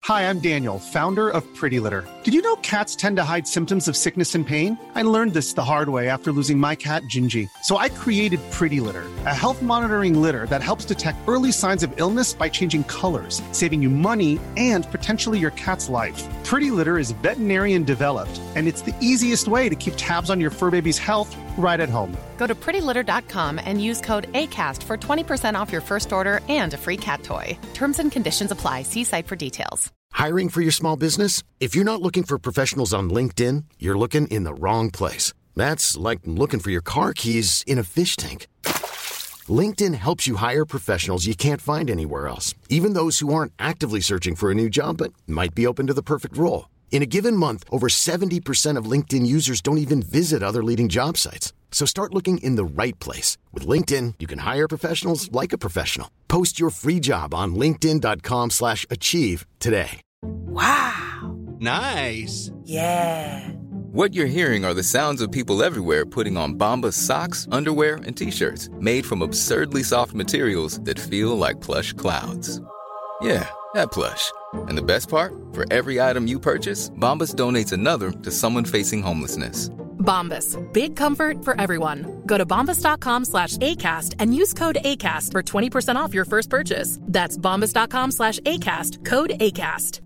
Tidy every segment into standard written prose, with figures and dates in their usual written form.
Hi, I'm Daniel, founder of Pretty Litter. Did you know cats tend to hide symptoms of sickness and pain? I learned this the hard way after losing my cat, Gingy. So I created Pretty Litter, a health monitoring litter that helps detect early signs of illness by changing colors, saving you money and potentially your cat's life. Pretty Litter is veterinarian developed, and it's the easiest way to keep tabs on your fur baby's health right at home. Go to prettylitter.com and use code ACAST for 20% off your first order and a free cat toy. Terms and conditions apply. See site for details. Hiring for your small business? If you're not looking for professionals on LinkedIn, you're looking in the wrong place. That's like looking for your car keys in a fish tank. LinkedIn helps you hire professionals you can't find anywhere else, even those who aren't actively searching for a new job but might be open to the perfect role. In a given month, over 70% of LinkedIn users don't even visit other leading job sites. So start looking in the right place. With LinkedIn, you can hire professionals like a professional. Post your free job on linkedin.com/achieve today. Wow. Nice. Yeah. What you're hearing are the sounds of people everywhere putting on Bombas socks, underwear, and T-shirts made from absurdly soft materials that feel like plush clouds. Yeah, that plush. And the best part? For every item you purchase, Bombas donates another to someone facing homelessness. Bombas. Big comfort for everyone. Go to bombas.com/ACAST and use code ACAST for 20% off your first purchase. That's bombas.com/ACAST. Code ACAST.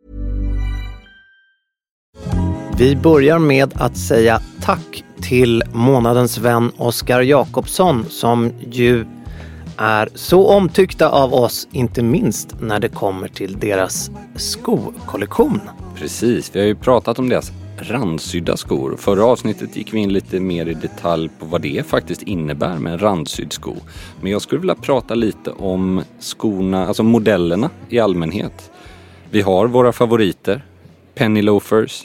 Vi börjar med att säga tack till månadens vän Oskar Jakobsson som ju är så omtyckta av oss, inte minst när det kommer till deras skokollektion. Precis, vi har ju pratat om deras randsydda skor. Förra avsnittet gick vi in lite mer i detalj på vad det faktiskt innebär med en randsydd sko. Men jag skulle vilja prata lite om skorna, alltså modellerna i allmänhet. Vi har våra favoriter, penny loafers,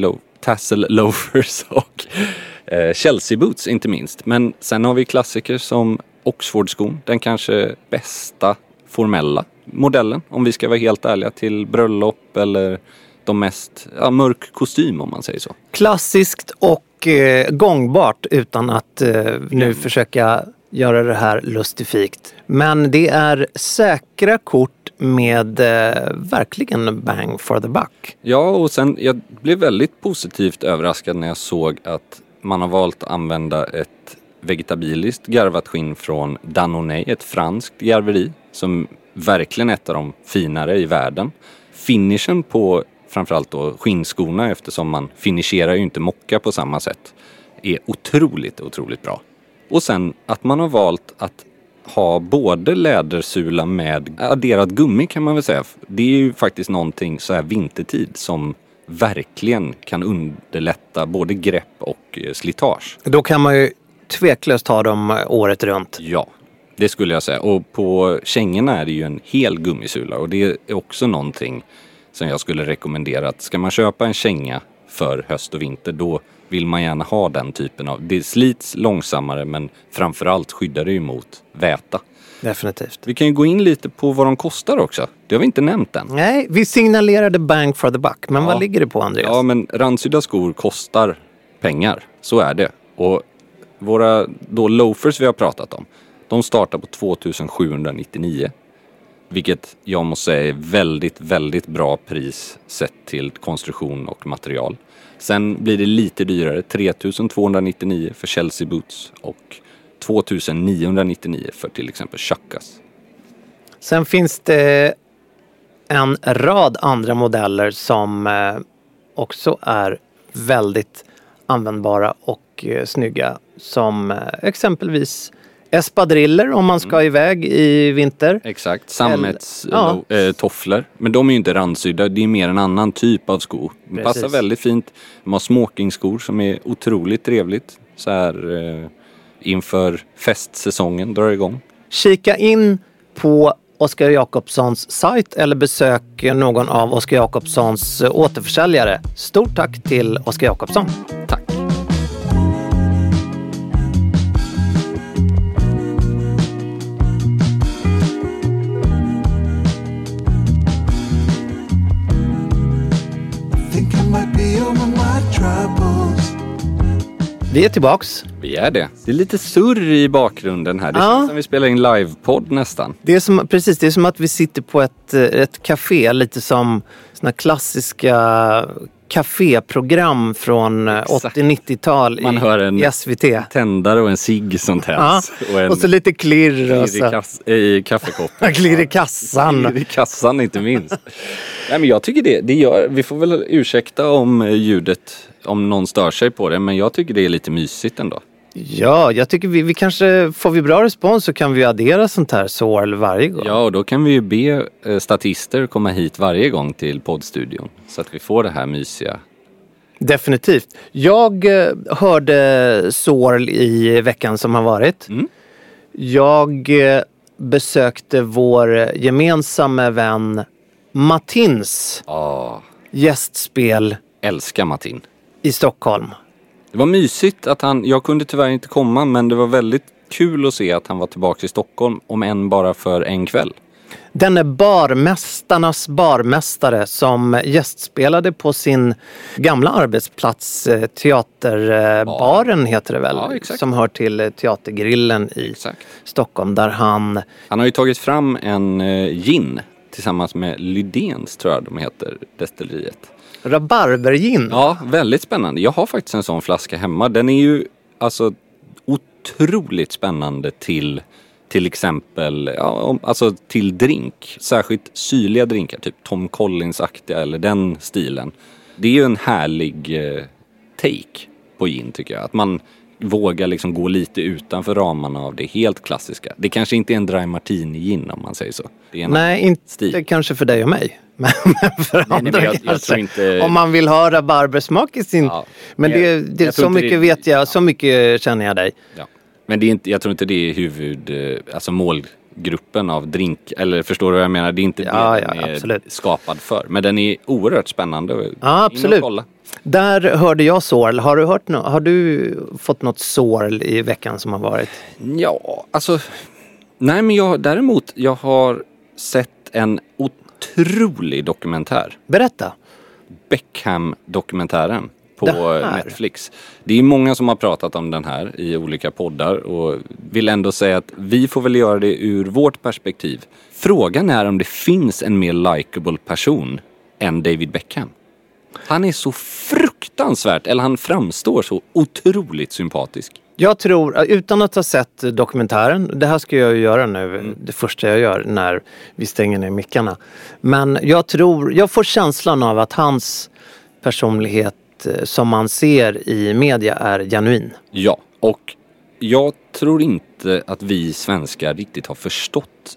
tassel loafers och Chelsea boots inte minst. Men sen har vi klassiker som Oxford-skon, den kanske bästa formella modellen, om vi ska vara helt ärliga, till bröllop eller de mest mörk kostym om man säger så. Klassiskt och gångbart utan att nu försöka göra det här lustifikt. Men det är säkra kort med verkligen bang for the buck. Ja, och sen jag blev väldigt positivt överraskad när jag såg att man har valt att använda ett vegetabiliskt garvat skinn från Danone, ett franskt garveri som verkligen är ett av de finare i världen. Finishen på framförallt då skinnskorna, eftersom man finisherar ju inte mocka på samma sätt, är otroligt bra. Och sen att man har valt att ha både lädersula med adderat gummi kan man väl säga. Det är ju faktiskt någonting så här vintertid som verkligen kan underlätta både grepp och slitage. Då kan man ju tveklöst ha dem året runt. Ja, det skulle jag säga. Och på kängorna är det ju en hel gummisula och det är också någonting som jag skulle rekommendera. Att ska man köpa en känga för höst och vinter, då vill man gärna ha den typen av. Det slits långsammare men framförallt skyddar det ju mot väta. Definitivt. Vi kan ju gå in lite på vad de kostar också. Det har vi inte nämnt än. Nej, vi signalerade bang for the buck. Men vad ligger det på, Andreas? Ja, men randsydda skor kostar pengar. Så är det. Och våra då loafers vi har pratat om, de startar på 2799. Vilket jag måste säga är väldigt bra pris sett till konstruktion och material. Sen blir det lite dyrare, 3299 för Chelsea boots och 2999 för till exempel Chackas. Sen finns det en rad andra modeller som också är väldigt användbara och snygga. Som exempelvis espadriller om man ska iväg i vinter. Exakt, tofflor. Men de är ju inte randsydda, det är mer en annan typ av sko. De passar väldigt fint. De har smokingskor som är otroligt trevligt. Så här inför festsäsongen drar igång. Kika in på Oskar Jakobssons sajt eller besök någon av Oskar Jakobssons återförsäljare. Stort tack till Oskar Jakobsson. Tack. Vi är tillbaks. Vi är det. Det är lite surr i bakgrunden här. Det känns som vi spelar in livepodd nästan. Det är som att vi sitter på ett café, lite som såna klassiska caféprogram från 80-90-tal Man hör en SVT. Tändare och en cigg som tänds. Och så lite klirr i kaffekoppen. Klirr i kassan. Klirr i kassan inte minst. Nej, men jag tycker det gör, vi får väl ursäkta om ljudet, om någon stör sig på det, men jag tycker det är lite mysigt ändå. Ja, jag tycker vi kanske, får vi bra respons så kan vi addera sånt här sorl varje gång. Ja, och då kan vi ju be statister komma hit varje gång till poddstudion så att vi får det här mysiga. Definitivt. Jag hörde sorl i veckan som har varit. Jag besökte vår gemensamma vän Martins gästspel. Älskar Martin. I Stockholm. Det var mysigt att jag kunde tyvärr inte komma, men det var väldigt kul att se att han var tillbaka i Stockholm, om än bara för en kväll. Denne barmästarnas barmästare som gästspelade på sin gamla arbetsplats, teaterbaren heter det väl, som hör till Teatergrillen i Stockholm, där han har ju tagit fram en gin tillsammans med Lydéns, tror jag de heter, destilleriet. Rabarbergin. Ja, väldigt spännande. Jag har faktiskt en sån flaska hemma. Den är ju alltså otroligt spännande till exempel, alltså till drink. Särskilt syrliga drinkar, typ Tom Collins-aktiga eller den stilen. Det är ju en härlig take på gin, tycker jag. Att man vågar liksom gå lite utanför ramarna av det helt klassiska. Det kanske inte är en dry martini gin, om man säger så. Det är en Nej, inte stil. Kanske för dig och mig. Men för andra jag tror inte. Om man vill ha rabarbersmak i sin. Ja, men det så mycket vet jag, så mycket känner jag dig. Ja. Men det är inte, jag tror inte det är alltså målgruppen av drink, eller förstår du vad jag menar? Det är inte det den är absolut skapad för. Men den är oerhört spännande. Ja, absolut. Där hörde jag sorl. Har du fått något sorl i veckan som har varit? Ja, alltså nej, men jag har sett en otrolig dokumentär. Berätta. Beckham-dokumentären på Netflix. Det är många som har pratat om den här i olika poddar och vill ändå säga att vi får väl göra det ur vårt perspektiv. Frågan är om det finns en mer likable person än David Beckham. Han är så fruktansvärt, eller han framstår så otroligt sympatisk. Jag tror, utan att ha sett dokumentären, det här ska jag ju göra nu, det första jag gör när vi stänger ner mickarna. Men jag får känslan av att hans personlighet som man ser i media är genuin. Ja, och jag tror inte att vi svenskar riktigt har förstått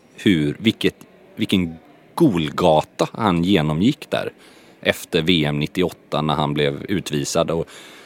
vilken golgata han genomgick där efter VM 98 när han blev utvisad. Och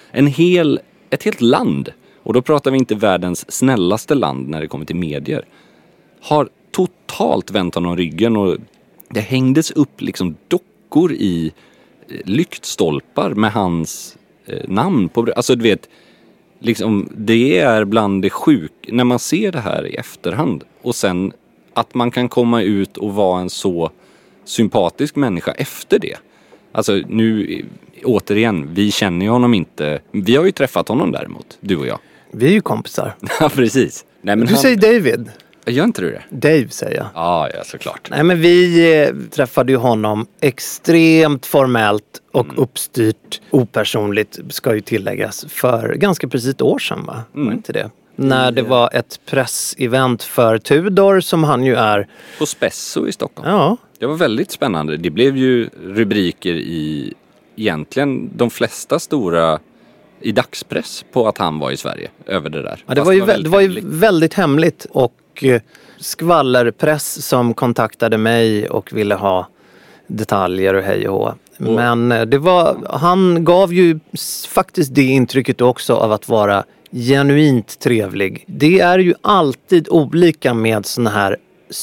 ett helt land, och då pratar vi inte världens snällaste land när det kommer till medier, har totalt vänt honom ryggen, och det hängdes upp liksom dockor i lyktstolpar med hans namn på. Alltså du vet, liksom, det är bland det sjuk när man ser det här i efterhand, och sen att man kan komma ut och vara en så sympatisk människa efter det. Alltså nu, återigen, vi känner ju honom inte. Vi har ju träffat honom däremot, du och jag. Vi är ju kompisar. Ja, precis. Nej, men du säger David. Gör inte du det? Dave säger jag. Ja, såklart. Nej, men vi träffade ju honom extremt formellt och uppstyrt, opersonligt, ska ju tilläggas, för ganska precis ett år sedan, va? Var inte det? När det var ett pressevent för Tudor, som han ju är. På Spesso i Stockholm. Ja. Det var väldigt spännande. Det blev ju rubriker i egentligen de flesta stora i dagspress på att han var i Sverige över det där. Ja, det var ju väldigt hemligt, och skvallerpress som kontaktade mig och ville ha detaljer och hej och hå. Men han gav ju faktiskt det intrycket också av att vara genuint trevlig. Det är ju alltid olika med såna här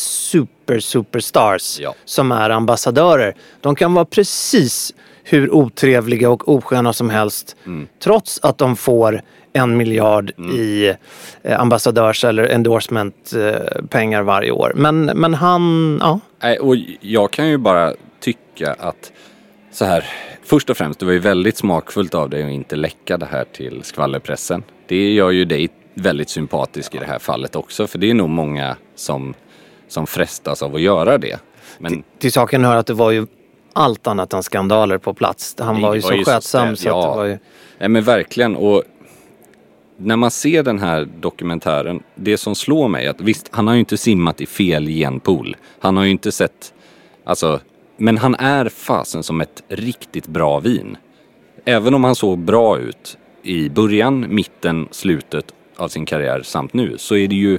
superstars som är ambassadörer. De kan vara precis hur otrevliga och osköna som helst, trots att de får 1 miljard i ambassadörs- eller endorsement-pengar varje år. Men han, ja. Och jag kan ju bara tycka att Så här, först och främst, det var ju väldigt smakfullt av dig att inte läcka det här till skvallerpressen. Det gör ju dig väldigt sympatisk i det här fallet också, för det är nog många som frestas av att göra det. Men till saken hör att det var ju allt annat än skandaler på plats. Han var ju så skötsam så att det var ju... Ja, men verkligen. Och när man ser den här dokumentären, det som slår mig är att visst, han har ju inte simmat i fel genpool. Han har ju inte sett... Alltså, men han är fasen som ett riktigt bra vin. Även om han såg bra ut i början, mitten, slutet av sin karriär samt nu, så är det ju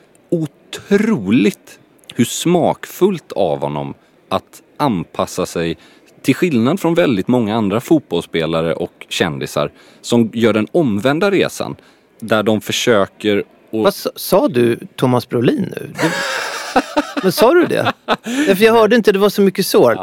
otroligt hur smakfullt av honom att anpassa sig, till skillnad från väldigt många andra fotbollsspelare och kändisar som gör den omvända resan, där de försöker... Vad sa du, Thomas Brolin nu? Men sa du det? För jag hörde inte, det var så mycket sår.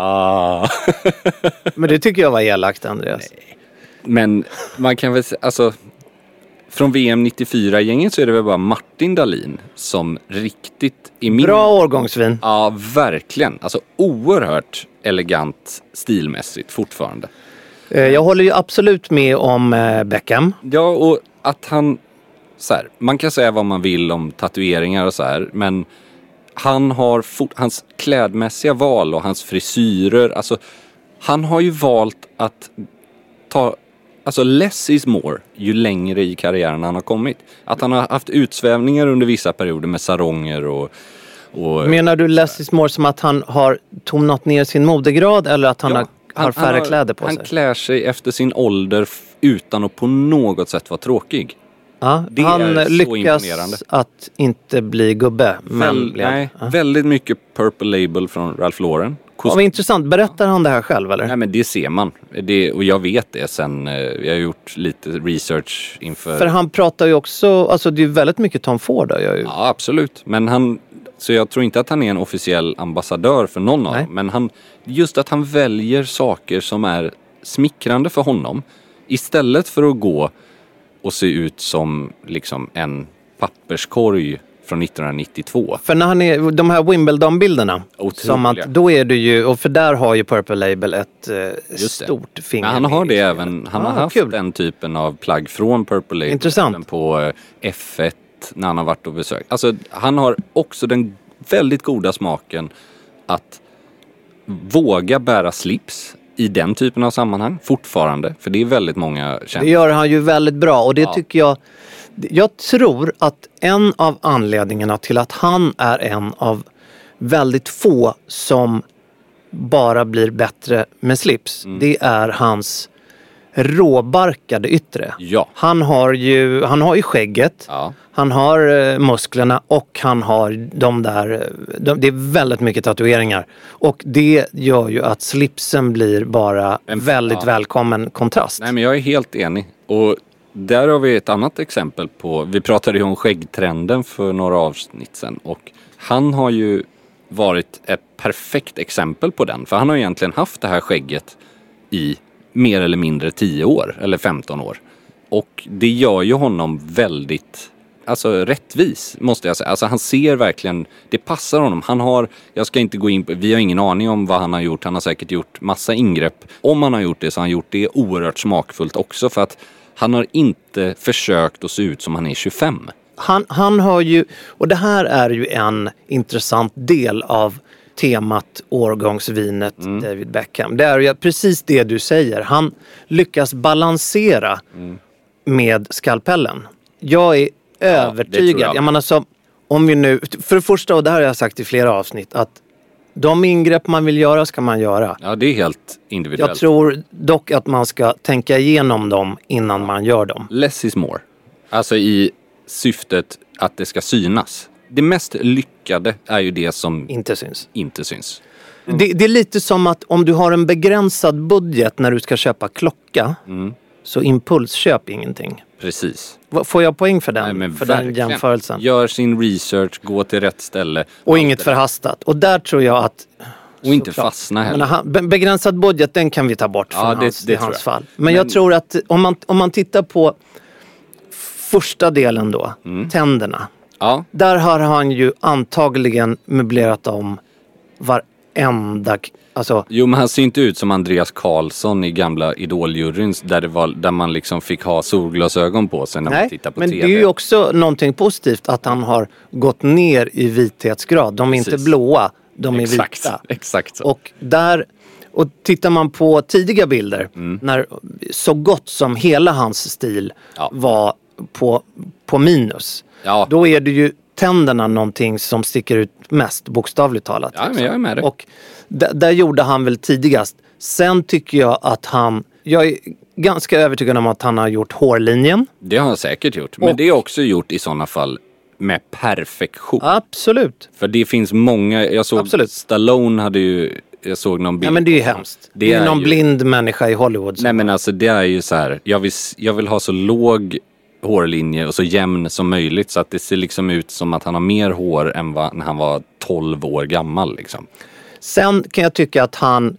Men det tycker jag var elakt, Andreas. Nej. Men man kan väl säga, alltså, från VM 94-gänget så är det väl bara Martin Dahlin som riktigt bra årgångsvin. Ja, verkligen. Alltså oerhört elegant stilmässigt fortfarande. Jag håller ju absolut med om Beckham. Ja, och att han... Så här, man kan säga vad man vill om tatueringar och så här, men han har hans klädmässiga val och hans frisyrer, alltså han har ju valt att ta, alltså less is more ju längre i karriären han har kommit. Att han har haft utsvävningar under vissa perioder med saronger och menar du less is more som att han har tonat ner sin modegrad, eller att han har färre kläder på sig? Han klär sig efter sin ålder utan att på något sätt vara tråkig. Ja, han lyckas att inte bli gubbe. Väldigt mycket Purple Label från Ralph Lauren. Vad intressant. Berättar han det här själv, eller? Nej, men det ser man. Och jag vet det sen. Jag har gjort lite research inför... För han pratar ju också... Alltså det är väldigt mycket Tom Ford. Ja, absolut. Men så jag tror inte att han är en officiell ambassadör för någon av dem. Men just att han väljer saker som är smickrande för honom. Istället för att gå och se ut som liksom en papperskorg från 1992. För när han är, de här Wimbledon-bilderna, som att, då är det ju, och för där har ju Purple Label ett stort finger. Men han har det även, han har haft den typen av plagg från Purple Label. Intressant. På F1 när han har varit och besökt. Alltså han har också den väldigt goda smaken att våga bära slips i den typen av sammanhang fortfarande, för det är väldigt många kända. Det gör han ju väldigt bra, och det tycker jag tror att en av anledningarna till att han är en av väldigt få som bara blir bättre med slips, det är hans råbarkade yttre. Ja. Han har ju skägget, han har musklerna, och han har det är väldigt mycket tatueringar, och det gör ju att slipsen blir bara väldigt välkommen kontrast. Nej, men jag är helt enig, och där har vi ett annat exempel på, vi pratade ju om skäggtrenden för några avsnitt sedan, och han har ju varit ett perfekt exempel på den, för han har egentligen haft det här skägget i mer eller mindre 10 år eller 15 år. Och det gör ju honom väldigt rättvis, måste jag säga. Alltså han ser verkligen, det passar honom. Jag ska inte gå in på, vi har ingen aning om vad han har gjort. Han har säkert gjort massa ingrepp. Om han har gjort det så har han gjort det oerhört smakfullt också, för att han har inte försökt att se ut som han är 25. Han har ju, och det här är ju en intressant del av temat årgångsvinet David Beckham. Det är ju precis det du säger. Han lyckas balansera med skalpellen. Jag är övertygad. Jag menar, så, om vi nu, för det första, och det här har jag sagt i flera avsnitt, att de ingrepp man vill göra ska man göra. Ja, det är helt individuellt. Jag tror dock att man ska tänka igenom dem innan man gör dem. Less is more. Alltså i syftet att det ska synas. Det mest lyckade är ju det som inte syns. Det är lite som att om du har en begränsad budget när du ska köpa klocka, så impulsköp ingenting. Precis. Får jag poäng för den, Nej, den jämförelsen? Gör sin research, gå till rätt ställe. Och inget förhastat. Och där tror jag att... Och inte fastna heller. Begränsad budget, den kan vi ta bort från hans fall. Men jag tror att om man tittar på första delen då, tänderna. Ja. Där har han ju antagligen möblerat om enda... Alltså, Jo, men han ser inte ut som Andreas Karlsson i gamla Idol-juryn där man liksom fick ha solglasögon på sig när man tittar på men TV. Det är ju också någonting positivt att han har gått ner i vithetsgrad. De är inte blåa, de är vita. Exakt så. Och tittar man på tidiga bilder, när så gott som hela hans stil var på minus, då är det ju tänderna någonting som sticker ut mest, bokstavligt talat. Ja, men jag är med det. Och där gjorde han väl tidigast. Sen tycker jag att jag är ganska övertygad om att han har gjort hårlinjen. Det har han säkert gjort. Men det är också gjort i sådana fall med perfektion. Absolut. För det finns många, jag såg Stallone hade ju, jag såg någon bild. Ja, men det är ju hemskt. Det är någon blind människa i Hollywood. Nej, men alltså det är ju så här, jag vill ha så låg hårlinje och så jämn som möjligt så att det ser liksom ut som att han har mer hår än när han var 12 år gammal liksom. Sen kan jag tycka att han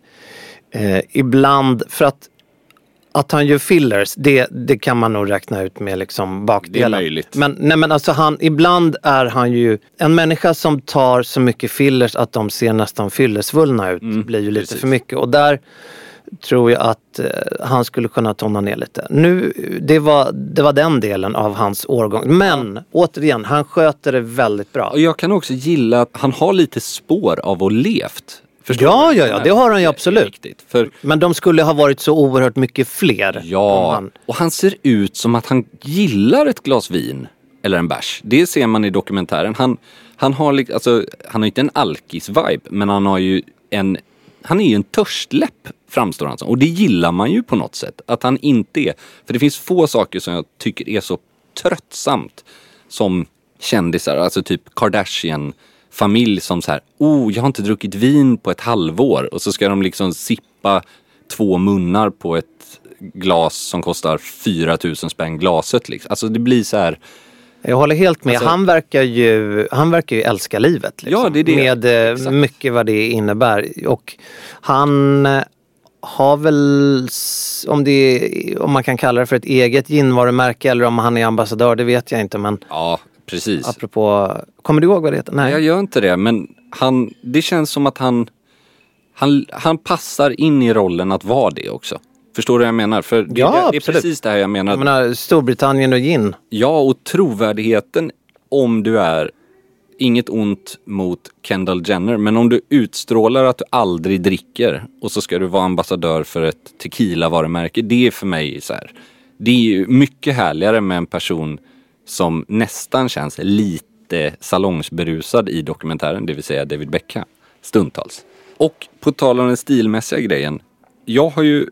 ibland, för att han gör fillers, det kan man nog räkna ut med liksom bakdelen. Det är möjligt. Men alltså ibland är han ju en människa som tar så mycket fillers att de ser nästan fyllesvullna ut. Blir ju lite för mycket. Och där tror jag att han skulle kunna tona ner lite. Nu, det var den delen av hans årgång. Men återigen, han sköter det väldigt bra. Och jag kan också gilla att han har lite spår av att levt. Ja, det har han ju absolut. Men de skulle ha varit så oerhört mycket fler. Ja, och han ser ut som att han gillar ett glas vin eller en bärs. Det ser man i dokumentären. Han har inte en alkis-vibe, men han är ju en törstläpp, framstår han som. Och det gillar man ju på något sätt. Att han inte är... För det finns få saker som jag tycker är så tröttsamt som kändisar. Alltså typ Kardashian-familj som så här, jag har inte druckit vin på ett halvår. Och så ska de liksom sippa 2 munnar på ett glas som kostar 4 000 spänn glaset. Liksom. Alltså det blir så här... Jag håller helt med. Alltså, han verkar ju älska livet. Liksom, ja, det är det. Med mycket vad det innebär. Och han har väl, om man kan kalla det för ett eget ginvarumärke eller om han är ambassadör, det vet jag inte. Men ja, precis. Apropå, kommer du ihåg vad det heter? Nej, jag gör inte det. Men det känns som att han passar in i rollen att vara det också. Förstår du vad jag menar? För det är precis det här jag menar. Jag menar Storbritannien och gin. Ja, och trovärdigheten om du är, inget ont mot Kendall Jenner, men om du utstrålar att du aldrig dricker och så ska du vara ambassadör för ett tequila-varumärke, det är för mig så här. Det är ju mycket härligare med en person som nästan känns lite salongsberusad i dokumentären, det vill säga David Beckham, stundtals. Och på tal om den stilmässiga grejen, jag har ju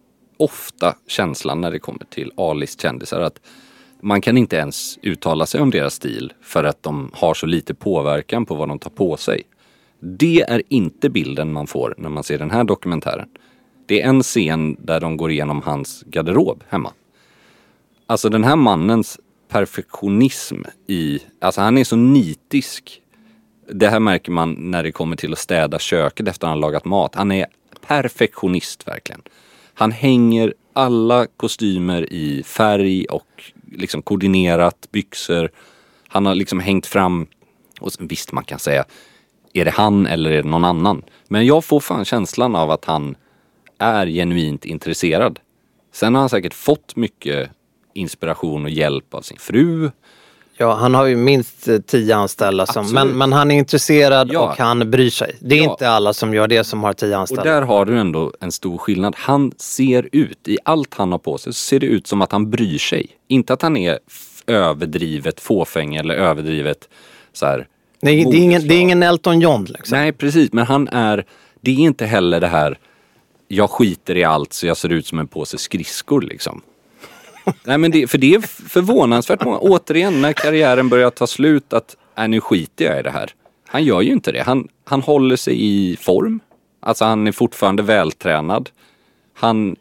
ofta känslan när det kommer till A-list kändisar att man kan inte ens uttala sig om deras stil för att de har så lite påverkan på vad de tar på sig. Det är inte bilden man får när man ser den här dokumentären. Det är en scen där de går igenom hans garderob hemma. Alltså den här mannens perfektionism alltså han är så nitisk. Det här märker man när det kommer till att städa köket efter att han har lagat mat. Han är perfektionist verkligen. Han hänger alla kostymer i färg och liksom koordinerat byxor. Han har liksom hängt fram, och visst man kan säga, är det han eller är det någon annan? Men jag får fan känslan av att han är genuint intresserad. Sen har han säkert fått mycket inspiration och hjälp av sin fru. Ja, han har ju minst 10 anställda men han är intresserad och han bryr sig. Det är inte alla som gör det som har 10 anställda. Och där har du ändå en stor skillnad. Han ser ut, i allt han har på sig, så ser det ut som att han bryr sig. Inte att han är överdrivet fåfäng eller överdrivet så här. Nej, det är ingen Elton John liksom. Nej, precis. Men det är inte heller det här, jag skiter i allt så jag ser ut som en påse skridskor liksom. Nej, men det är förvånansvärt många. Återigen, när karriären börjar ta slut, att nu skiter jag i det här. Han gör ju inte det. Han håller sig i form. Alltså han är fortfarande vältränad. Han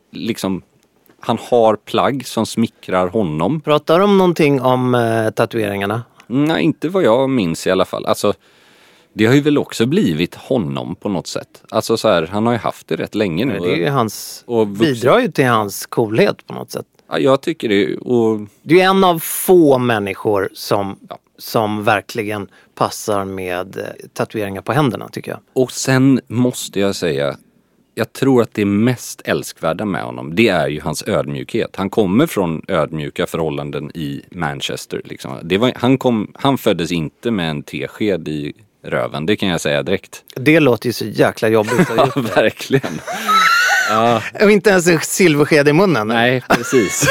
har plagg som smickrar honom. Pratar de någonting om tatueringarna? Nej, inte vad jag minns i alla fall. Alltså, det har ju väl också blivit honom på något sätt. Alltså så här, han har ju haft det rätt länge nu. Det är ju bidrar ju till hans coolhet på något sätt. Ja, jag tycker det. Och det är en av få människor som som verkligen passar med tatueringar på händerna, tycker jag. Och sen måste jag säga, jag tror att det mest älskvärda med honom, det är ju hans ödmjukhet. Han kommer från ödmjuka förhållanden i Manchester. Liksom. Han föddes inte med en tesked i röven, det kan jag säga direkt. Det låter ju så jäkla jobbigt. Ja, verkligen. Ja. Och inte ens en silversked i munnen. Nej, precis.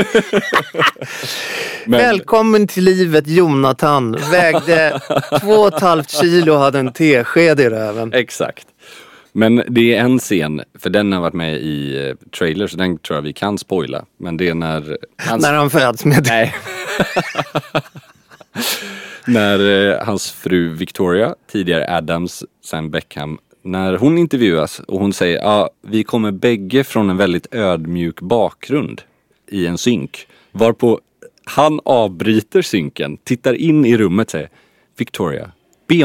Välkommen till livet, Jonathan. Vägde 2,5 kilo och hade en tesked i röven. Exakt. Men det är en scen, för den har varit med i trailer, så den tror jag vi kan spoila. Men det är när han föds med det. Nej. När hans fru Victoria, tidigare Adams, sen Beckham, när hon intervjuas och hon säger vi kommer bägge från en väldigt ödmjuk bakgrund i en synk. Varpå han avbryter synken, tittar in i rummet och säger: Victoria, be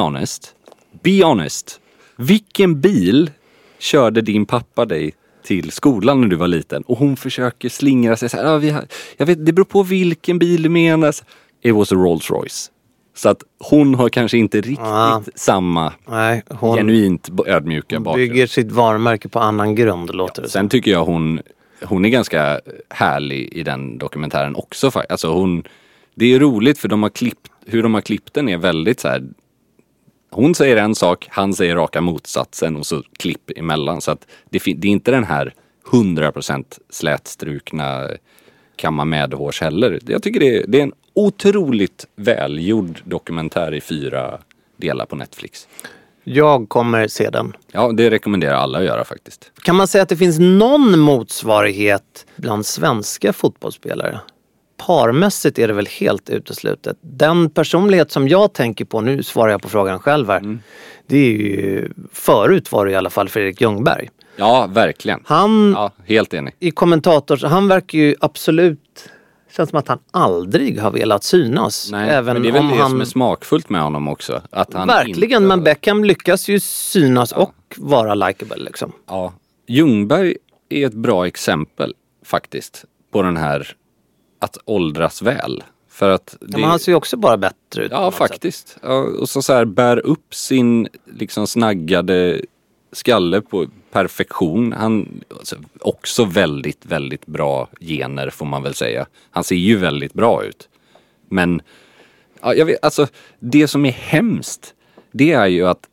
honest. Vilken bil körde din pappa dig till skolan när du var liten? Och hon försöker slingra sig så här, jag vet, det beror på vilken bil du menar. It was a Rolls Royce. Så att hon har kanske inte riktigt samma genuint ödmjuka bakgrund. Hon bygger sitt varumärke på annan grund, låter det. Sen tycker jag hon är ganska härlig i den dokumentären också. Alltså det är roligt för hur de har klippt den är väldigt så här. Hon säger en sak, han säger raka motsatsen och så klipp emellan. Så att det är inte den här 100% slätstrukna kamma medhårs heller. Jag tycker det är en otroligt välgjord dokumentär i 4 delar på Netflix. Jag kommer se den. Ja, det rekommenderar alla att göra faktiskt. Kan man säga att det finns någon motsvarighet bland svenska fotbollsspelare? Parmässigt är det väl helt uteslutet. Den personlighet som jag tänker på, nu svarar jag på frågan själv här, det är ju, förut var det i alla fall Fredrik Ljungberg. Ja, verkligen. Helt enig. I han verkar ju absolut, känns som att han aldrig har velat synas. Nej, även men det är väl om det som är smakfullt med honom också. Att han verkligen, men Beckham lyckas ju synas och vara likeable liksom. Ja, Ljungberg är ett bra exempel faktiskt på den här att åldras väl. För att men han ser ju också bara bättre ut. Ja, faktiskt. Ja, och så här bär upp sin liksom snaggade skalle på perfektion. Han också väldigt, väldigt bra gener får man väl säga. Han ser ju väldigt bra ut. Men jag vet, alltså, det som är hemskt, det är ju att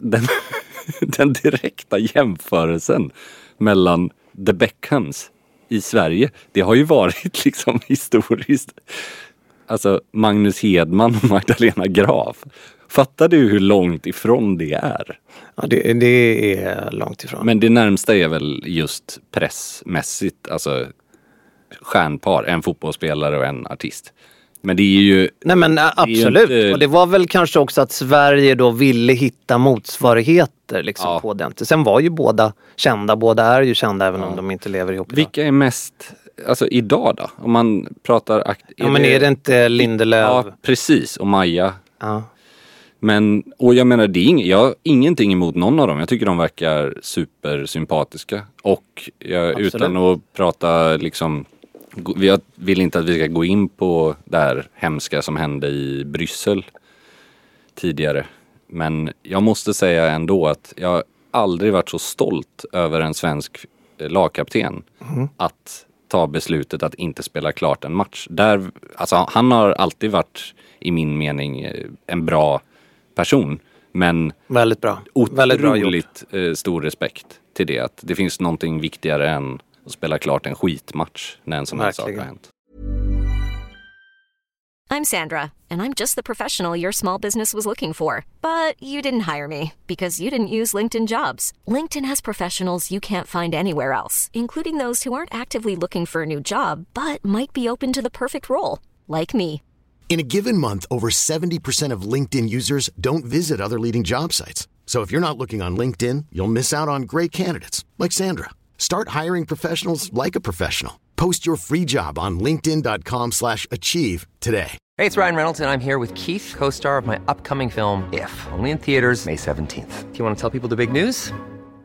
den direkta jämförelsen mellan The Beckhams i Sverige, det har ju varit liksom historiskt. Alltså Magnus Hedman och Magdalena Graf. Fattar du hur långt ifrån det är? Ja, det är långt ifrån. Men det närmsta är väl just pressmässigt, alltså stjärnpar, en fotbollsspelare och en artist. Men det är ju... Nej men absolut, inte... och det var väl kanske också att Sverige då ville hitta motsvarigheter liksom på den. Sen var ju båda kända, båda är ju kända även om de inte lever ihop idag. Vilka är mest, alltså idag då? Om man pratar... men är det inte Lindelöf? Ja, precis, och Maja. Ja. Men, och jag menar, jag har ingenting emot någon av dem. Jag tycker de verkar supersympatiska. Och utan att prata liksom... Jag vill inte att vi ska gå in på det här hemska som hände i Bryssel tidigare. Men jag måste säga ändå att jag aldrig varit så stolt över en svensk lagkapten att ta beslutet att inte spela klart en match. Alltså, han har alltid varit, i min mening, en bra person. Men väldigt bra. Otroligt stor respekt till det. Att det finns någonting viktigare än att spela klart en skitmatch när en sån här sak har hänt. I'm Sandra, and I'm just the professional your small business was looking for. But you didn't hire me because you didn't use LinkedIn Jobs. LinkedIn has professionals you can't find anywhere else, including those who aren't actively looking for a new job, but might be open to the perfect role, like me. In a given month, over 70% of LinkedIn users don't visit other leading job sites. So if you're not looking on LinkedIn, you'll miss out on great candidates like Sandra. Start hiring professionals like a professional. Post your free job on linkedin.com/achieve today. Hey, it's Ryan Reynolds, and I'm here with Keith, co-star of my upcoming film, If, only in theaters May 17th. Do you want to tell people the big news?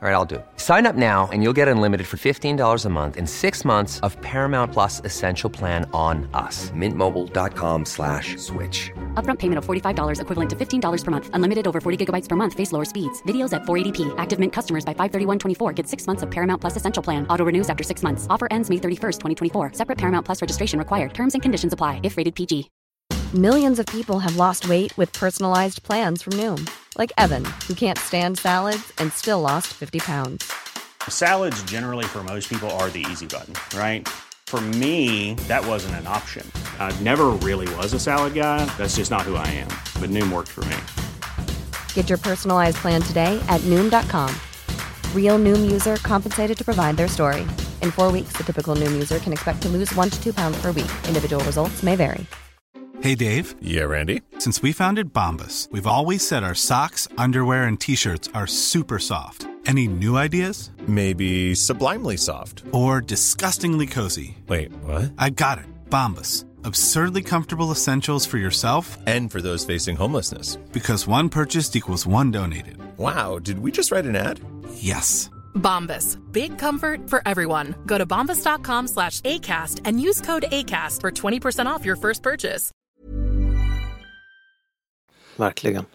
All right, I'll do it. Sign up now and you'll get unlimited for $15 a month and 6 months of Paramount Plus Essential Plan on us. MintMobile.com/switch. Upfront payment of $45 equivalent to $15 per month. Unlimited over 40 gigabytes per month. Face lower speeds. Videos at 480p. Active Mint customers by 531.24 get 6 months of Paramount Plus Essential Plan. Auto renews after 6 months. Offer ends May 31st, 2024. Separate Paramount Plus registration required. Terms and conditions apply if rated PG. Millions of people have lost weight with personalized plans from Noom. Like Evan, who can't stand salads and still lost 50 pounds. Salads generally for most people are the easy button, right? For me, that wasn't an option. I never really was a salad guy. That's just not who I am. But Noom worked for me. Get your personalized plan today at Noom.com. Real Noom user compensated to provide their story. In 4 weeks, the typical Noom user can expect to lose 1 to 2 pounds per week. Individual results may vary. Hey, Dave. Yeah, Randy. Since we founded Bombas, we've always said our socks, underwear, and T-shirts are super soft. Any new ideas? Maybe sublimely soft. Or disgustingly cozy. Wait, what? I got it. Bombas. Absurdly comfortable essentials for yourself and for those facing homelessness. Because one purchased equals one donated. Wow, did we just write an ad? Yes. Bombas. Big comfort for everyone. Go to bombas.com/ACAST and use code ACAST for 20% off your first purchase. Verkligen.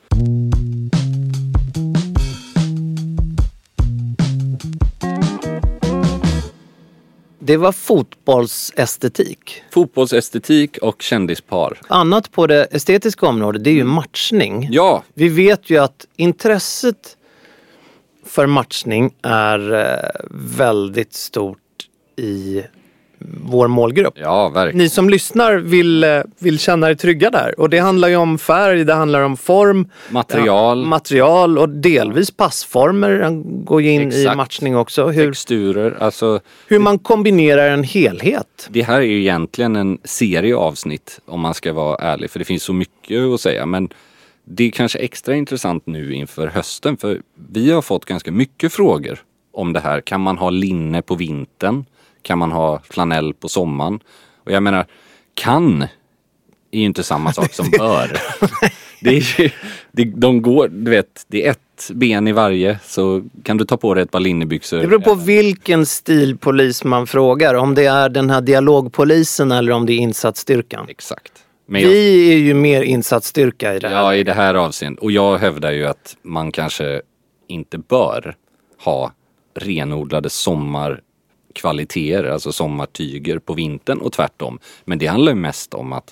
Det var fotbollsestetik. Fotbollsestetik och kändispar. Annat på det estetiska området, det är ju matchning. Ja. Vi vet ju att intresset för matchning är väldigt stort i vår målgrupp. Ja, verkligen. Ni som lyssnar vill känna er trygga där. Och det handlar ju om färg, det handlar om form. Material och delvis passformer går ju in i matchning också. Texturer, alltså. Hur man kombinerar en helhet. Det här är ju egentligen en serie avsnitt om man ska vara ärlig. För det finns så mycket att säga. Men det är kanske extra intressant nu inför hösten. För vi har fått ganska mycket frågor om det här. Kan man ha linne på vintern? Kan man ha flanell på sommaren? Och jag menar, kan är ju inte samma sak som bör. Det är ju, de går, du vet, det är ett ben i varje, så kan du ta på dig ett par linnebyxor. Det beror på vilken stilpolis man frågar. Om det är den här dialogpolisen eller om det är insatsstyrkan. Exakt. Men vi är ju mer insatsstyrka i det här. Ja, i det här avseendet. Och jag hävdar ju att man kanske inte bör ha renodlade sommarkvaliteter, alltså sommartyger på vintern och tvärtom. Men det handlar ju mest om att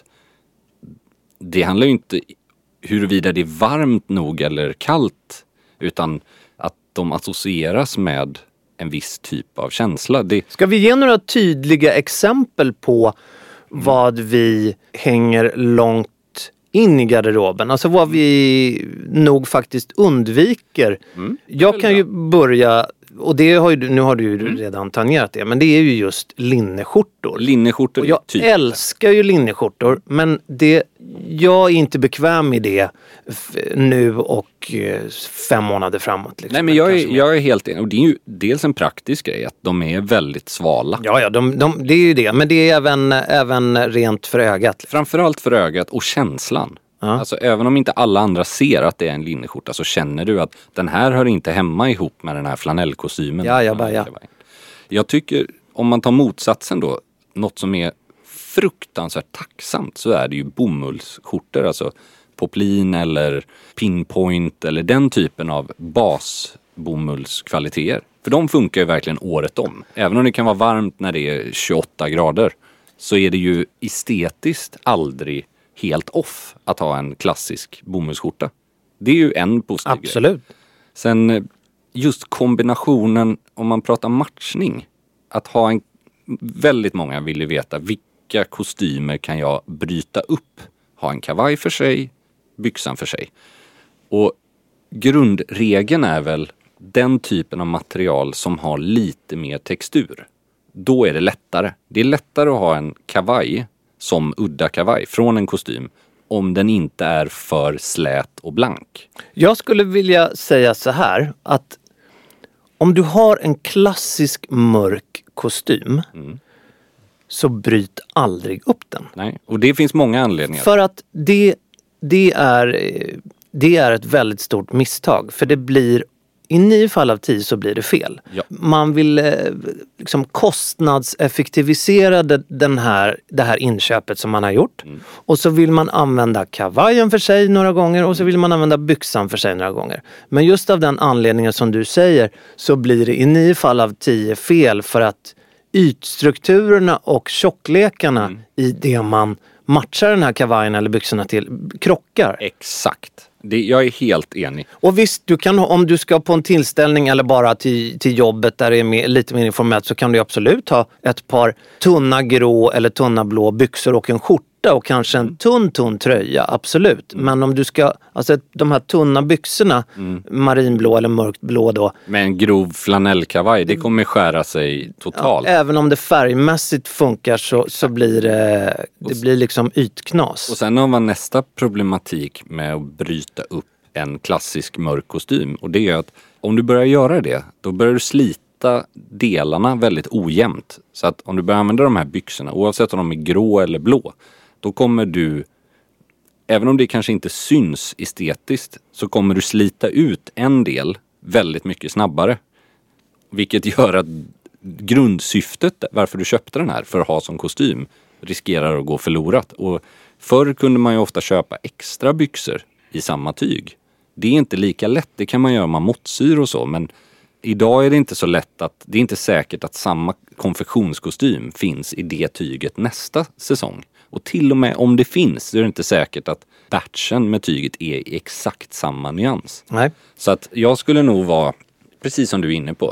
det handlar ju inte huruvida det är varmt nog eller kallt, utan att de associeras med en viss typ av känsla. Ska vi ge några tydliga exempel på vad vi hänger långt in i garderoben? Alltså vad vi nog faktiskt undviker. Jag kan ju börja, och det har ju, nu har du ju redan tangerat det, men det är ju just linneskjortor. Linneskjortor. Och jag älskar ju linneskjortor, men jag är inte bekväm i det nu och 5 månader framåt. Liksom. Nej, men jag är helt enig. Och det är ju dels en praktisk grej att de är väldigt svala. Ja, det är ju det. Men det är även rent för ögat. Framförallt för ögat och känslan. Ja. Alltså även om inte alla andra ser att det är en linneskjorta, så känner du att den här hör inte hemma ihop med den här flanellkostymen. Ja. Jag tycker, om man tar motsatsen då, något som är fruktansvärt tacksamt, så är det ju bomullsskjortor, alltså poplin eller pinpoint eller den typen av basbomullskvaliteter. För de funkar ju verkligen året om. Även om det kan vara varmt när det är 28 grader, så är det ju estetiskt aldrig helt off att ha en klassisk bomullsskjorta. Det är ju en positiv grej. Absolut. Sen just kombinationen, om man pratar matchning, att ha väldigt många vill ju veta vilka kostymer kan jag bryta upp. Ha en kavaj för sig, byxan för sig. Och grundregeln är väl den typen av material som har lite mer textur. Då är det lättare. Det är lättare att ha en kavaj som udda kavaj från en kostym om den inte är för slät och blank. Jag skulle vilja säga så här, att om du har en klassisk mörk kostym så bryt aldrig upp den. Nej, och det finns många anledningar. För att det är ett väldigt stort misstag. För det blir i 9 fall av 10 så blir det fel. Ja. Man vill liksom kostnadseffektivisera det här inköpet som man har gjort. Och så vill man använda kavajen för sig några gånger och så vill man använda byxan för sig några gånger. Men just av den anledningen som du säger så blir det i 9 fall av 10 fel för att ytstrukturerna och tjockleken i det man matchar den här kavajen eller byxorna till krockar. Exakt. Jag är helt enig. Och visst, du kan, om du ska på en tillställning eller bara till jobbet där det är lite mer informellt, så kan du absolut ha ett par tunna grå eller tunna blå byxor och en skjorta och kanske en tunn tröja, absolut. Men om du ska, alltså de här tunna byxorna, marinblå eller mörkt blå då. Med en grov flanellkavaj, det kommer skära sig totalt. Ja, även om det färgmässigt funkar så blir det blir liksom ytknas. Och sen har man nästa problematik med att bryta upp en klassisk mörk kostym. Och det är att om du börjar göra det, då börjar du slita delarna väldigt ojämnt. Så att om du börjar använda de här byxorna, oavsett om de är grå eller blå, då kommer du, även om det kanske inte syns estetiskt, så kommer du slita ut en del väldigt mycket snabbare. Vilket gör att grundsyftet varför du köpte den här, för att ha som kostym, riskerar att gå förlorat. Och förr kunde man ju ofta köpa extra byxor i samma tyg. Det är inte lika lätt, det kan man göra med måttsyr och så, men idag är det inte så lätt att, det är inte säkert att samma konfektionskostym finns i det tyget nästa säsong. Och till och med om det finns så är det inte säkert att batchen med tyget är i exakt samma nyans. Nej. Så att jag skulle nog vara, precis som du är inne på,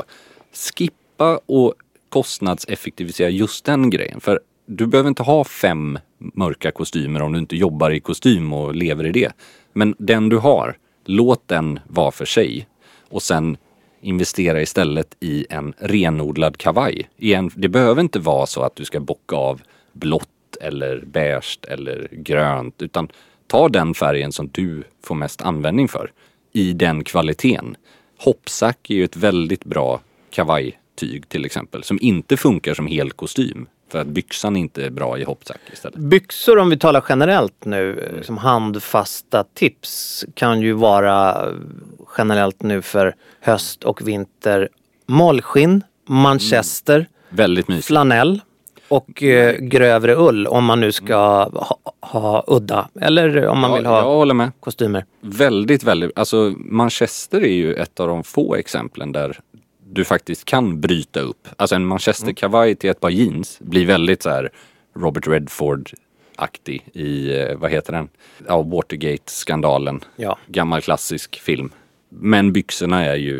skippa och kostnadseffektivisera just den grejen. För du behöver inte ha 5 mörka kostymer om du inte jobbar i kostym och lever i det. Men den du har, låt den vara för sig. Och sen investera istället i en renodlad kavaj. Det behöver inte vara så att du ska bocka av blått eller beige eller grönt, utan ta den färgen som du får mest användning för i den kvaliteten. Hoppsack är ju ett väldigt bra kavajtyg till exempel, som inte funkar som hel kostym för att byxan inte är bra i hoppsack istället. Byxor, om vi talar generellt nu, som handfasta tips, kan ju vara generellt nu för höst och vinter: mollskinn, manchester, väldigt mysigt, flanell och grövre ull om man nu ska ha udda, eller om man vill ha, jag håller med, kostymer. Väldigt, alltså manchester är ju ett av de få exemplen där du faktiskt kan bryta upp. Alltså en manchesterkavaj till ett par jeans blir väldigt så här Robert Redford-aktig i, vad heter den? Ja, Watergate-skandalen. Ja. Gammal klassisk film. Men byxorna är ju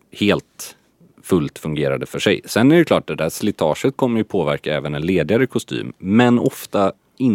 helt fullt fungerade för sig. Sen är det klart, det där slitaget kommer ju påverka även en ledigare kostym. Men ofta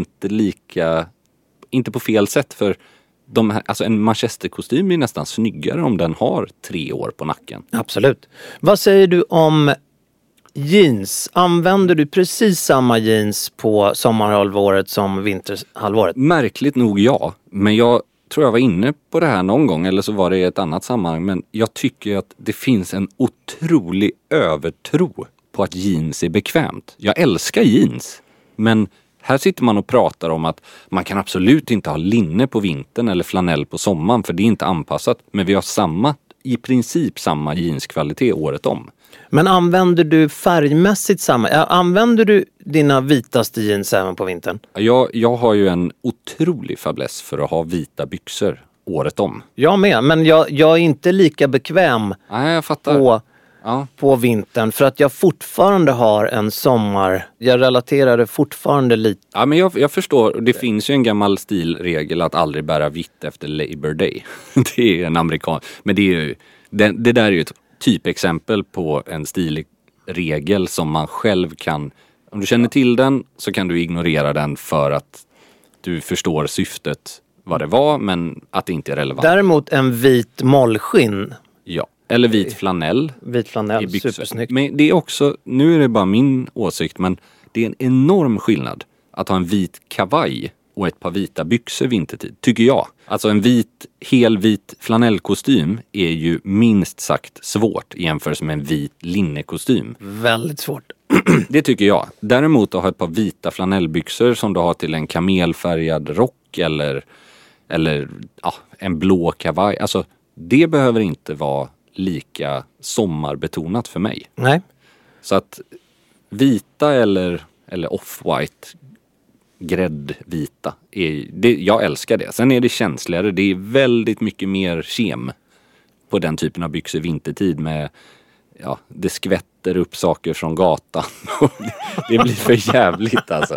inte på fel sätt, för alltså en manchesterkostym är nästan snyggare om den har 3 år på nacken. Absolut. Vad säger du om jeans? Använder du precis samma jeans på sommarhalvåret som vinterhalvåret? Märkligt nog ja. Men jag tror jag var inne på det här någon gång, eller så var det i ett annat sammanhang. Men jag tycker att det finns en otrolig övertro på att jeans är bekvämt. Jag älskar jeans, men här sitter man och pratar om att man kan absolut inte ha linne på vintern eller flanell på sommaren, för det är inte anpassat. Men vi har i princip samma jeanskvalitet året om. Men använder du färgmässigt samma? Använder du dina vitaste jeans även på vintern? Jag har ju en otrolig fäbless för att ha vita byxor året om. Jag med, men jag är inte lika bekväm. Nej, jag fattar. På vintern, för att jag fortfarande har en sommar. Jag relaterar det fortfarande lite. Ja, men jag förstår. Det finns ju en gammal stilregel att aldrig bära vitt efter Labor Day. Det är en amerikan. Men det är ju, det där är ju ett typexempel på en stilregel som man själv kan, om du känner till den så kan du ignorera den för att du förstår syftet vad det var, men att det inte är relevant. Däremot en vit mollskinn. Ja. Eller vit flanell. Vit flanell, supersnyggt. Men det är också, nu är det bara min åsikt, men det är en enorm skillnad att ha en vit kavaj och ett par vita byxor vintertid, tycker jag. Alltså en helvit flanellkostym är ju minst sagt svårt i jämförelse med en vit linnekostym. Väldigt svårt. Det tycker jag. Däremot att ha ett par vita flanellbyxor som du har till en kamelfärgad rock eller en blå kavaj. Alltså det behöver inte vara lika sommarbetonat för mig. Nej. Så att vita eller off-white, gräddvita, jag älskar det. Sen är det känsligare, det är väldigt mycket mer kem på den typen av byxor vintertid med, ja, det skvätter upp saker från gatan. Det blir för jävligt alltså.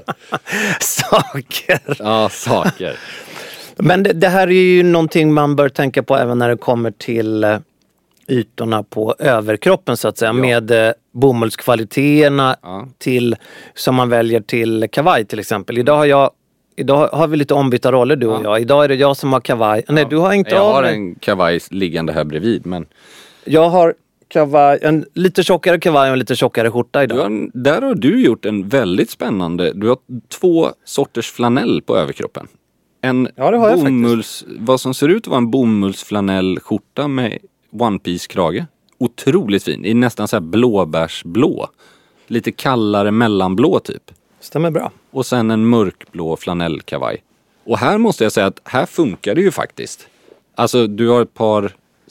Saker. Ja, saker. Men det här är ju någonting man bör tänka på även när det kommer till ytorna på överkroppen så att säga. Ja. Med bomullskvaliteterna till, som man väljer till kavaj till exempel. Idag har vi lite ombytta roller du och jag. Idag är det jag som har kavaj. Nej, du har inte jag har en kavaj liggande här bredvid, men jag har kavaj, en lite tjockare kavaj och en lite tjockare skjorta idag. Där har du gjort en väldigt spännande. Du har 2 sorters flanell på överkroppen. En vad som ser ut att vara en bomullsflanell skjorta med One Piece krage. Otroligt fin. Det är nästan så här blåbärsblå. Lite kallare mellanblå typ. Stämmer bra. Och sen en mörkblå flanellkavaj. Och här måste jag säga att här funkar det ju faktiskt. Alltså du har ett par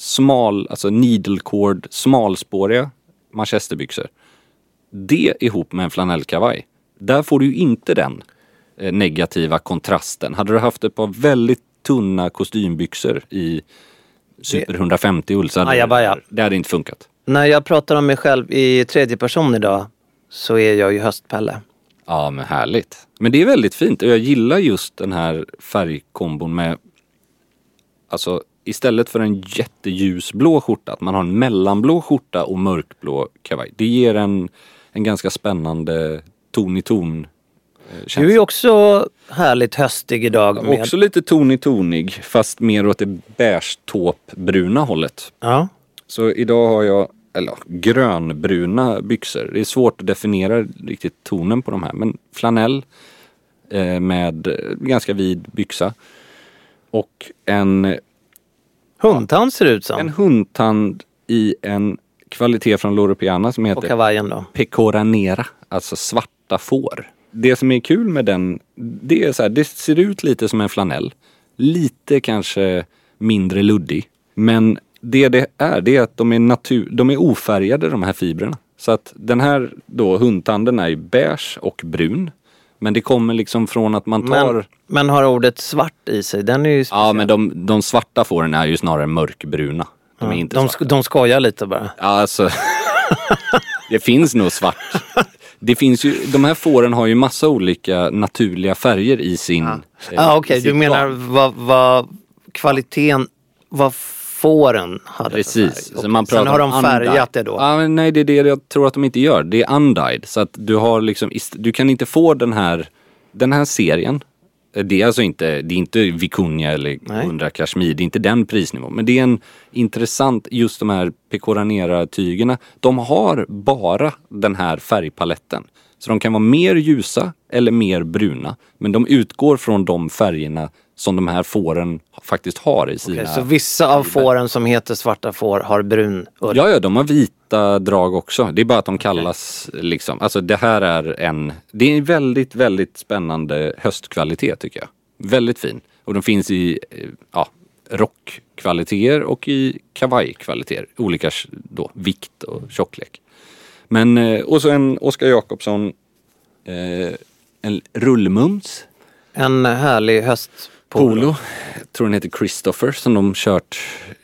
needle cord, smalspåriga manchesterbyxor. Det ihop med en flanellkavaj. Där får du ju inte den negativa kontrasten. Hade du haft ett par väldigt tunna kostymbyxor i Super 150 ull så det hade inte funkat. När jag pratar om mig själv i tredje person idag så är jag ju höstpelle. Ja, men härligt. Men det är väldigt fint och jag gillar just den här färgkombon med, alltså istället för en jätteljusblå skjorta, att man har en mellanblå skjorta och mörkblå kavaj. Det ger en ganska spännande ton i ton. Du är ju också härligt höstig idag. Ja, också lite tonig, fast mer åt det beige-taupe-bruna hållet. Ja. Så idag har jag grönbruna byxor. Det är svårt att definiera riktigt tonen på de här. Men flanell med ganska vid byxa. Och en hundtand ser det ut som. En hundtand i en kvalitet från Loro Piana som heter på kavajen då. Pecora nera, alltså svarta får. Det som är kul med den, det är så här, det ser ut lite som en flanell. Lite kanske mindre luddig. Men det är att de är ofärgade, de här fibrerna. Så att den här då, hundtanden är ju beige och brun. Men det kommer liksom från att man tar... Men har ordet svart i sig? Den är ju speciell. Ja, men de svarta fåren är ju snarare mörkbruna. De är inte svarta. De skojar lite bara. Ja, alltså... det finns nog svart. Det finns ju, de här fåren har ju massa olika naturliga färger i sin... Okej. Du menar vad kvaliteten, vad fåren hade. Precis. Så man pratar sen har de färgat det då? Ja, men nej, det är det jag tror att de inte gör. Det är undyed. Så att du har liksom, du kan inte få den här serien. Det är alltså inte Vicuña eller 100 Kashmir. Det är inte den prisnivån. Men det är en intressant, just de här Pecora nera-tygerna. De har bara den här färgpaletten. Så de kan vara mer ljusa eller mer bruna. Men de utgår från de färgerna som de här fåren faktiskt har i sina... Så vissa av fåren som heter svarta får har brun ull? Ja, de har vita drag också. Det är bara att de kallas liksom... Alltså det här är det är en väldigt, väldigt spännande höstkvalitet tycker jag. Väldigt fin. Och de finns i rockkvaliteter och i kavajkvaliteter. Olika då, vikt och tjocklek. Men, och så en Oskar Jakobsson en rullmums. En härlig höstpolo. Jag tror den heter Christopher som de kört.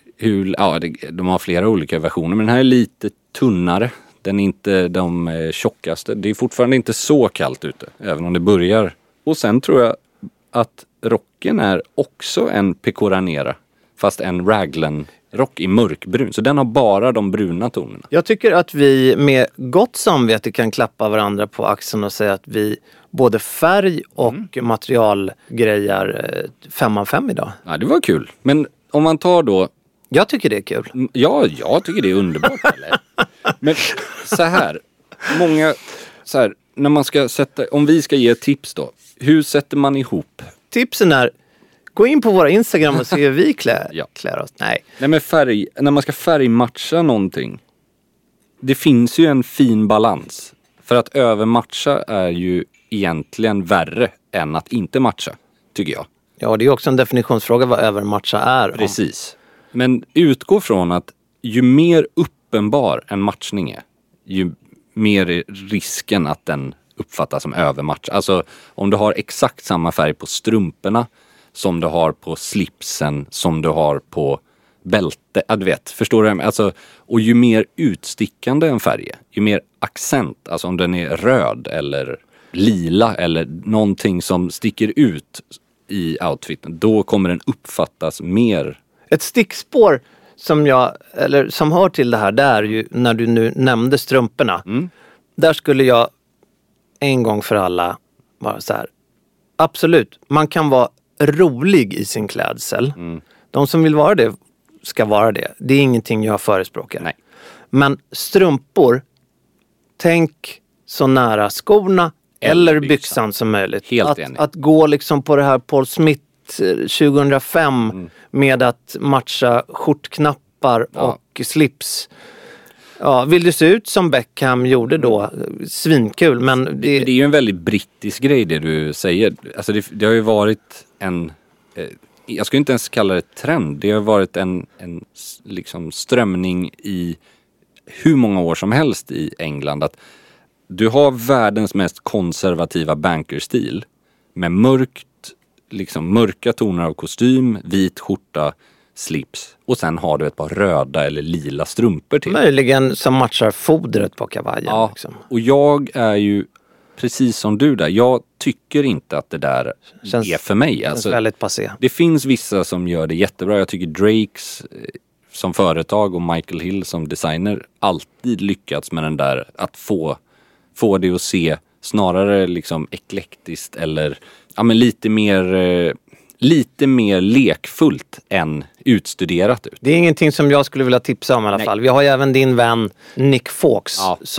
De har flera olika versioner. Men den här är lite tunnare. Den är inte de tjockaste. Det är fortfarande inte så kallt ute. Även om det börjar. Och sen tror jag att rocken är också en Pecora nera. Fast en raglan rock i mörkbrun. Så den har bara de bruna tonerna. Jag tycker att vi med gott samvete kan klappa varandra på axeln och säga att vi både färg och materialgrejer 5 av 5 idag. Ja, det var kul. Men om man tar då... Jag tycker det är kul. Ja, jag tycker det är underbart. Eller? Men så här, när man ska sätta... Om vi ska ge tips då. Hur sätter man ihop? Tipsen är... Gå in på våra Instagram och se hur vi klär oss. Nej, men färg, när man ska färgmatcha någonting. Det finns ju en fin balans. För att övermatcha är ju egentligen värre än att inte matcha, tycker jag. Ja, det är också en definitionsfråga vad övermatcha är. Precis. Men utgå från att ju mer uppenbar en matchning är, ju mer är risken att den uppfattas som övermatch. Alltså om du har exakt samma färg på strumporna som du har på slipsen, som du har på bälte, du vet, förstår du? Alltså, och ju mer utstickande en färg är, ju mer accent, alltså om den är röd eller lila eller någonting som sticker ut i outfiten, då kommer den uppfattas mer. Ett stickspår som hör till det här, det är ju när du nu nämnde strumporna. Där skulle jag en gång för alla vara så här. Absolut, man kan vara rolig i sin klädsel. De som vill vara det ska vara det. Det är ingenting jag förespråkar. Nej. Men strumpor, tänk så nära skorna eller byxan som möjligt. Helt enig. Att gå liksom på det här Paul Smith 2005 med att matcha skjortknappar och slips. Ja, vill du se ut som Beckham gjorde då? Svinkul, men det är ju en väldigt brittisk grej det du säger. Alltså det har ju varit en... jag skulle inte ens kalla det trend. Det har varit en liksom strömning i hur många år som helst i England. Att du har världens mest konservativa bankerstil med mörka toner av kostym, vit skjorta, slips. Och sen har du ett par röda eller lila strumpor till. Möjligen som matchar fodret på kavajen. Ja, liksom. Och jag är ju precis som du där. Jag tycker inte att det där är för mig. Alltså, väldigt passé. Det finns vissa som gör det jättebra. Jag tycker Drakes som företag och Michael Hill som designer alltid lyckats med den där att få det att se snarare liksom eklektiskt eller men lite mer lekfullt än utstuderat ut. Det är ingenting som jag skulle vilja tipsa om i alla fall. Vi har ju även din vän Nick Fawkes.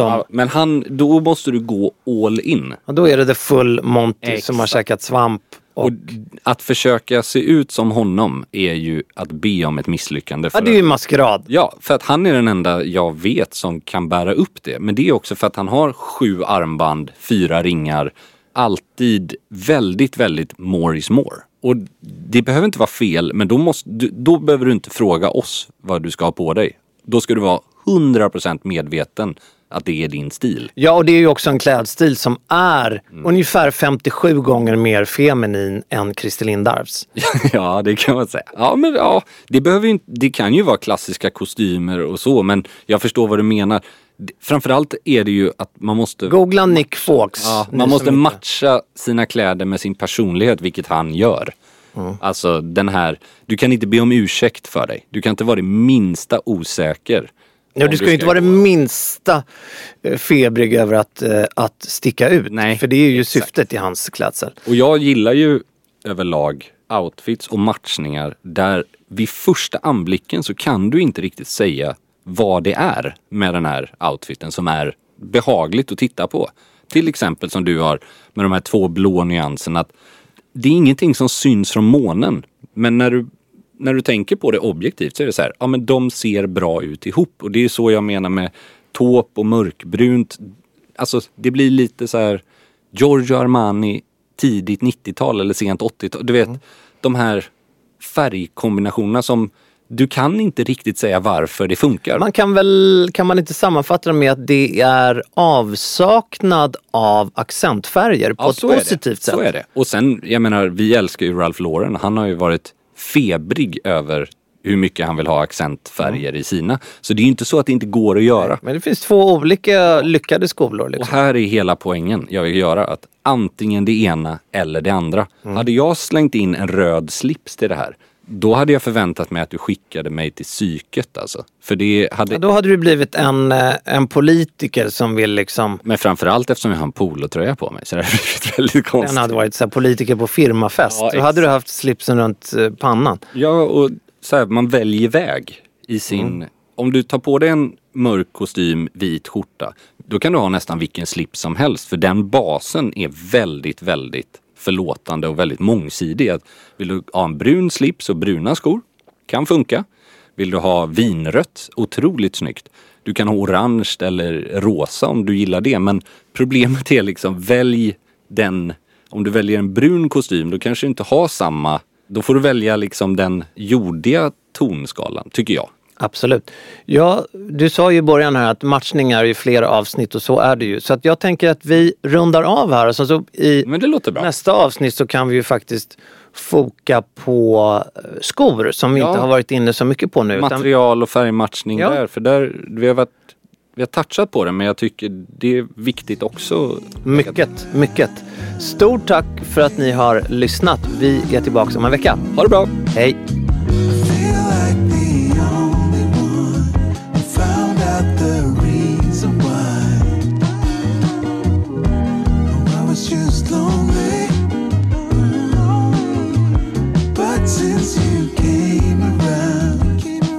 Men då måste du gå all in. Och då är det the full Monty som har käkat svamp. Och att försöka se ut som honom är ju att be om ett misslyckande. Det är ju maskerad. Ja, för att han är den enda jag vet som kan bära upp det. Men det är också för att han har 7 armband, 4 ringar. Alltid väldigt, väldigt more is more. Och det behöver inte vara fel, men då behöver du inte fråga oss vad du ska ha på dig. Då ska du vara 100% medveten att det är din stil. Ja, och det är ju också en klädstil som är ungefär 57 gånger mer feminin än Christer Lindarws. Ja, det kan man säga. Ja, men det kan ju vara klassiska kostymer och så, men jag förstår vad du menar. Framförallt är det ju att man måste... Googla Nick Fawkes. Ja, man måste matcha sina kläder med sin personlighet, vilket han gör. Alltså den här... Du kan inte be om ursäkt för dig. Du kan inte vara det minsta osäker. Ja, du ska ju inte vara det minsta febrig över att sticka ut. Nej, för det är ju syftet i hans klädsel. Och jag gillar ju överlag outfits och matchningar där vid första anblicken så kan du inte riktigt säga vad det är med den här outfiten som är behagligt att titta på. Till exempel som du har med de här 2 blå nyanserna. Att det är ingenting som syns från månen. Men när du tänker på det objektivt så är det så här, men de ser bra ut ihop. Och det är så jag menar med taupe och mörkbrunt. Alltså det blir lite så här Giorgio Armani tidigt 90-tal eller sent 80-tal. Du vet, de här färgkombinationerna som du kan inte riktigt säga varför det funkar. Kan man inte sammanfatta det med att det är avsaknad av accentfärger på ett positivt sätt? Så är det. Och sen, jag menar, vi älskar ju Ralph Lauren. Han har ju varit febrig över hur mycket han vill ha accentfärger i sina. Så det är ju inte så att det inte går att göra. Men det finns 2 olika lyckade skolor. Liksom. Och här är hela poängen jag vill göra. Att antingen det ena eller det andra. Hade jag slängt in en röd slips till det här, då hade jag förväntat mig att du skickade mig till psyket alltså. För det hade... Ja, då hade du blivit en politiker som vill liksom... Men framförallt eftersom jag har en polotröja på mig. Så det hade blivit väldigt konstigt. Den hade varit så här, politiker på firmafest. Ja, då hade du haft slipsen runt pannan. Ja, och så här, man väljer väg i sin... Om du tar på dig en mörk kostym, vit skjorta, då kan du ha nästan vilken slips som helst. För den basen är väldigt, väldigt förlåtande och väldigt mångsidig. Vill du ha en brun slips och bruna skor? Kan funka. Vill du ha vinrött? Otroligt snyggt. Du kan ha orange eller rosa om du gillar det. Men problemet är liksom, välj den. Om du väljer en brun kostym, då kanske du inte har samma. Då får du välja liksom den jordiga tonskalan, tycker jag. Absolut. Ja, du sa ju i början här att matchningar är ju flera avsnitt och så är det ju. Så att jag tänker att vi rundar av här. Så i Men det låter bra. Nästa avsnitt så kan vi ju faktiskt foka på skor som vi inte har varit inne så mycket på nu. Material och färgmatchning där. För där vi har touchat på det, men jag tycker det är viktigt också. Mycket. Stort tack för att ni har lyssnat. Vi är tillbaka om en vecka. Ha det bra. Hej. Since you came around,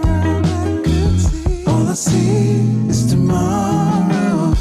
all I see is tomorrow.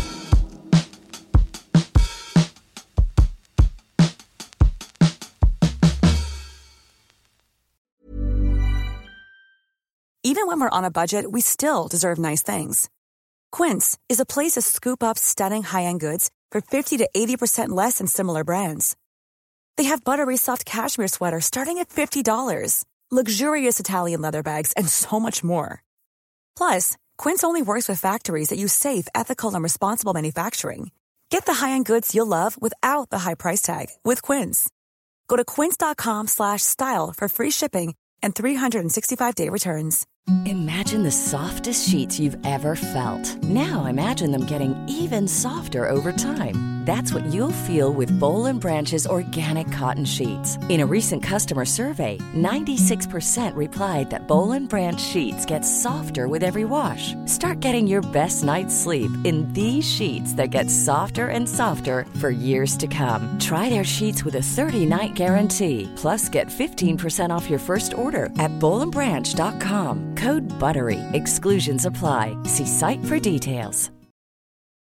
Even when we're on a budget, we still deserve nice things. Quince is a place to scoop up stunning high-end goods for 50 to 80% less than similar brands. They have buttery soft cashmere sweaters starting at $50, luxurious Italian leather bags, and so much more. Plus, Quince only works with factories that use safe, ethical, and responsible manufacturing. Get the high-end goods you'll love without the high price tag with Quince. Go to quince.com/style for free shipping and 365-day returns. Imagine the softest sheets you've ever felt. Now imagine them getting even softer over time. That's what you'll feel with Boll & Branch's organic cotton sheets. In a recent customer survey, 96% replied that Boll & Branch sheets get softer with every wash. Start getting your best night's sleep in these sheets that get softer and softer for years to come. Try their sheets with a 30-night guarantee. Plus, get 15% off your first order at bollandbranch.com. Code BUTTERY. Exclusions apply. See site for details.